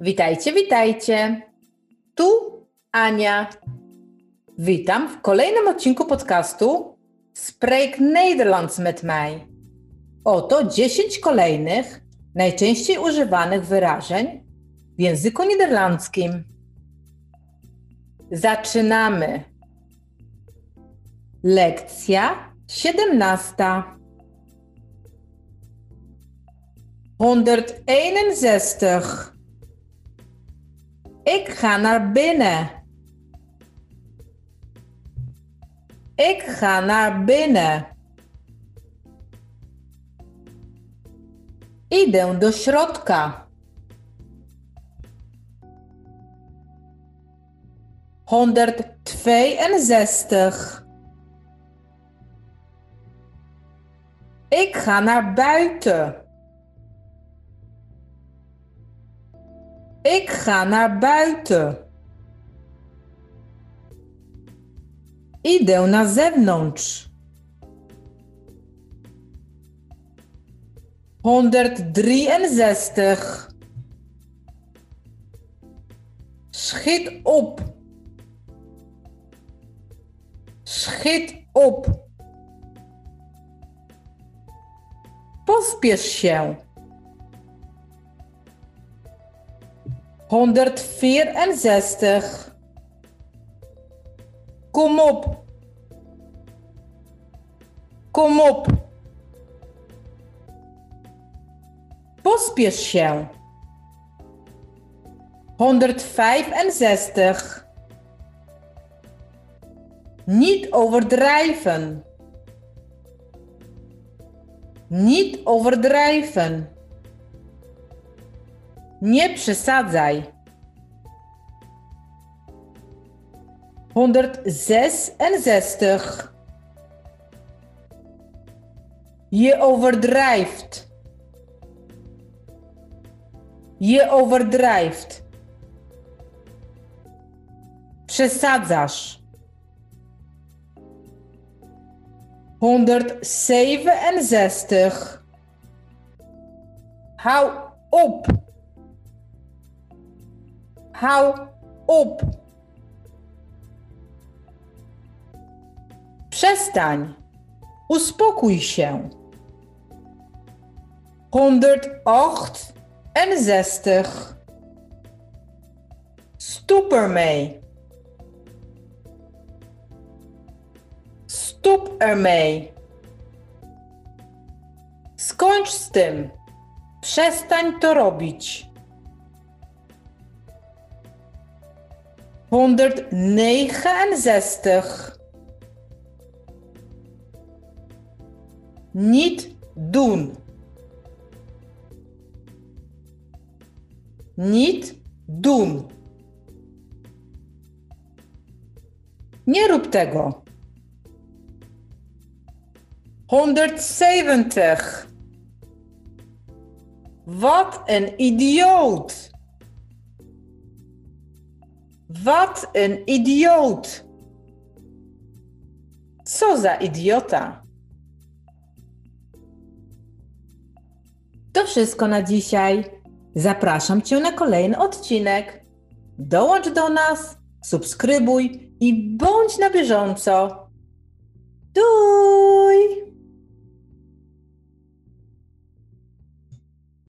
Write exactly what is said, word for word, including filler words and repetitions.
Witajcie, witajcie. Tu Ania. Witam w kolejnym odcinku podcastu Spreek Nederlands met mij. Oto dziesięć kolejnych, najczęściej używanych wyrażeń w języku niderlandzkim. Zaczynamy. Lekcja siedemnasta. honderdeenenzestig. Ik ga naar binnen. Ik ga naar binnen. Idę do środka. honderdtweeënzestig. Ik ga naar buiten. Ik ga naar buiten. Idę na zewnątrz. honderddrieënzestig. Schiet op. Schiet op. Pospiesz się. honderdvierenzestig. Kom op. Kom op. Pospiesz się. honderdvijfenzestig. Niet overdrijven. Niet overdrijven. Nie przesadzaj. honderdzesenzestig. Je overdrijft. Je overdrijft. Przesadzasz. honderdzevenenzestig. Hou op. Hou op. Przestań. Uspokój się. honderdachtzestig. Stop ermee. Stop ermee. Skończ z tym. Przestań to robić. honderdnegenenzestig. Niet doen. Niet doen. Nie rób tego. honderdzeventig. Wat een idioot. Wat een idioot. Co za idiota. To wszystko na dzisiaj. Zapraszam Cię na kolejny odcinek. Dołącz do nas, subskrybuj i bądź na bieżąco.